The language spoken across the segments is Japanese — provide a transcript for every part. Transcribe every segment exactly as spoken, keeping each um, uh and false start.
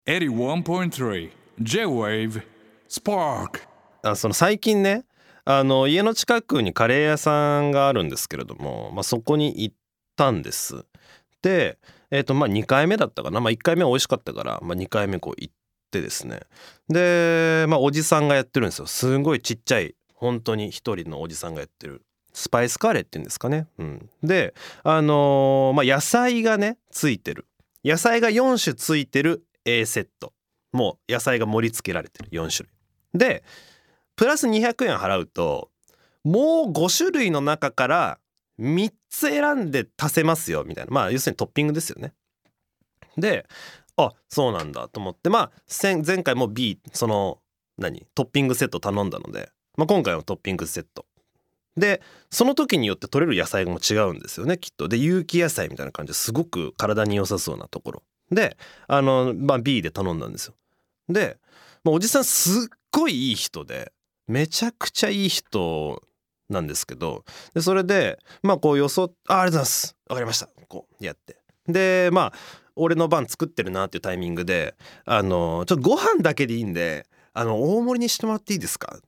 エイティワンポイントスリー J-Wave Spark。 あその最近ね、あの家の近くにカレー屋さんがあるんですけれども、まあ、そこに行ったんです。で、えーとまあ、にかいめだったかな、まあ、いっかいめは美味しかったから、まあ、にかいめこう行ってですね、で、まあ、おじさんがやってるんですよ。すごいちっちゃい本当に一人のおじさんがやってるスパイスカレーっていうんですかね、うん、で、あのーまあ、野菜がねついてる野菜がよん種ついてる A セット、もう野菜が盛り付けられてるよん種類でプラスにひゃくえん払うともうご種類の中からみっつ選んで足せますよみたいな、まあ要するにトッピングですよね。で、あ、そうなんだと思って、まあ前回も B その何トッピングセット頼んだので、まあ、今回もトッピングセットで、その時によって取れる野菜も違うんですよねきっと。で、有機野菜みたいな感じですごく体に良さそうなところで、あの、まあ、B で頼んだんですよ。で、まあ、おじさんすっごいいい人でめちゃくちゃいい人なんですけど、でそれでまあこうよそあありがとうございますわかりましたこうやって、でまあ俺の番作ってるなっていうタイミングで、あのちょっとご飯だけでいいんであの大盛りにしてもらっていいですかって、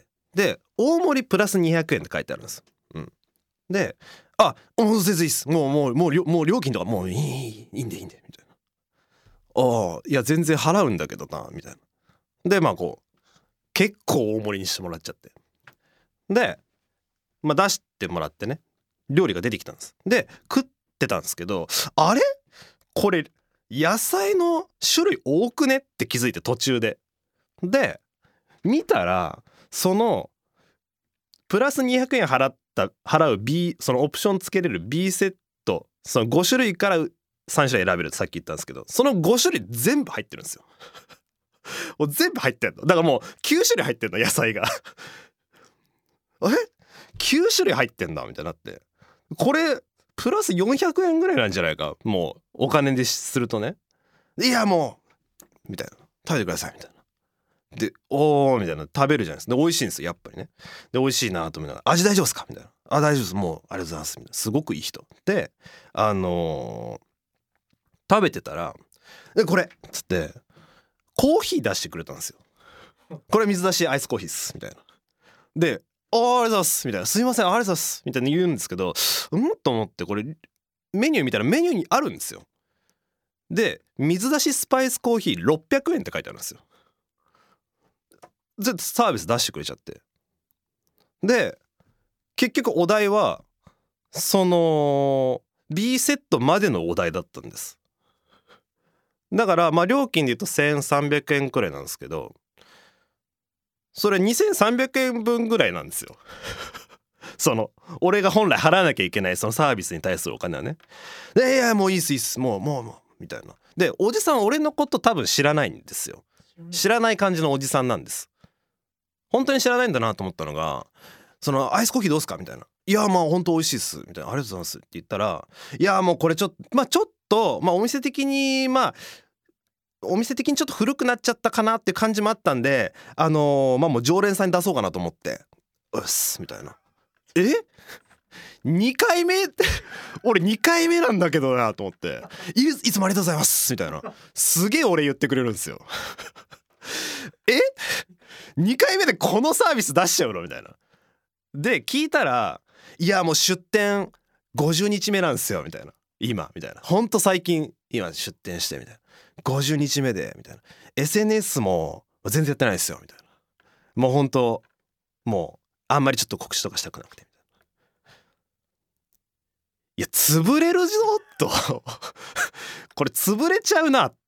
で大盛りプラスにひゃくえんって書いてあるんです、うん、で、あ、もう全然いいっす、もうもうもうもう料金とかもういいいいんでいいんでみたいな、ああいや全然払うんだけどなみたいな、でまあこう結構大盛りにしてもらっちゃって、でまあ出してもらってね料理が出てきたんです。で食ってたんですけど、あれこれ野菜の種類多くねって気づいて途中で、で見たらそのプラスにひゃくえん払った払う B そのオプションつけれる B セット、そのご種類からさん種類選べるってさっき言ったんですけど、そのご種類全部入ってるんですよもう全部入ってんのだからもうきゅう種類入ってんの野菜がえきゅう種類入ってんだみたいになって、これプラスよんひゃくえんぐらいなんじゃないかもうお金でするとね、いやもうみたいな食べてくださいみたいな、でおーみたいな食べるじゃないですか。で美味しいんですよやっぱりね。で美味しいなと思いながら、味大丈夫ですかみたいな、あ大丈夫ですもうありがとうございますみたいな、すごくいい人で、あのー、食べてたらでこれっつってコーヒー出してくれたんですよ。これ水出しアイスコーヒーっすみたいな、であありがとうございますみたいな、すいませんありがとうございますみたいな言うんですけど、うんと思ってこれメニュー見たらメニューにあるんですよ。で水出しスパイスコーヒーろっぴゃくえんって書いてあるんですよ。ちょっとサービス出してくれちゃって、で結局お題はその B セットまでのお題だったんです。だからまあ料金で言うとせんさんびゃくえんくらいなんですけど、それにせんさんびゃくえんぶんぐらいなんですよその俺が本来払わなきゃいけないそのサービスに対するお金はね。でいやもういいっすいいっすもうもうもうみたいな。でおじさん俺のこと多分知らないんですよ。知らない感じのおじさんなんです。本当に知らないんだなと思ったのが、そのアイスコーヒーどうすかみたいな、いやまあ本当美味しいっすみたいな、ありがとうございますって言ったら、いやもうこれちょっとまあちょっとまあお店的にまあお店的にちょっと古くなっちゃったかなっていう感じもあったんで、あのー、まあもう常連さんに出そうかなと思ってうっすみたいな、えにかいめ俺にかいめなんだけどなと思って、い, いつもありがとうございますみたいな、すげえ俺言ってくれるんですよえにかいめでこのサービス出しちゃうのみたいな。で聞いたら、いやもう出店ごじゅうにちめなんですよみたいな、今みたいな、ほんと最近今出店してみたいな、ごじゅうにちめでみたいな、 エスエヌエス も全然やってないですよみたいな、もうほんともうあんまりちょっと告知とかしたくなくてみたいな、いや潰れるぞとこれ潰れちゃうなって、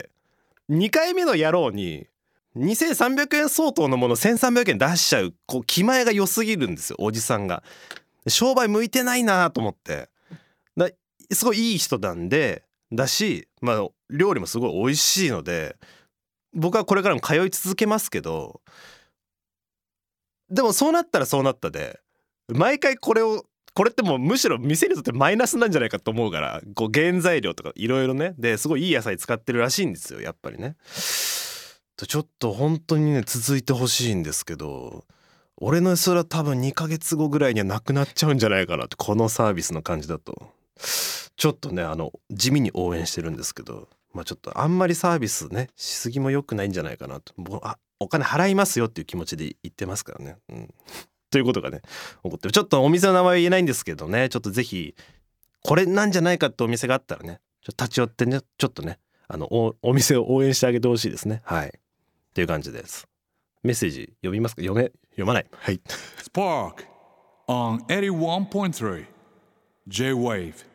にかいめの野郎ににせんさんびゃくえん相当のものせんさんびゃくえん出しちゃう、こう気前が良すぎるんですよおじさんが。商売向いてないなと思って、だすごいいい人なんでだし、まあ料理もすごい美味しいので僕はこれからも通い続けますけど、でもそうなったらそうなったで毎回これをこれってもうむしろ店にとってマイナスなんじゃないかと思うから、こう原材料とかいろいろねですごいいい野菜使ってるらしいんですよやっぱりね。ちょっと本当にね続いてほしいんですけど、俺のそれは多分にかげつごぐらいにはなくなっちゃうんじゃないかなって、このサービスの感じだとちょっとねあの地味に応援してるんですけど、 まあちょっとあんまりサービスねしすぎも良くないんじゃないかなと、もうあお金払いますよっていう気持ちで言ってますからね、うん、ということがね起こってる。ちょっとお店の名前は言えないんですけどね、ちょっとぜひこれなんじゃないかってお店があったらね、ちょっと立ち寄ってね、ちょっとねあの お, お店を応援してあげてほしいですね。はいっていう感じです。メッセージ読みますか？読め読まない。はい。 Spark on eighty-one point three J-Wave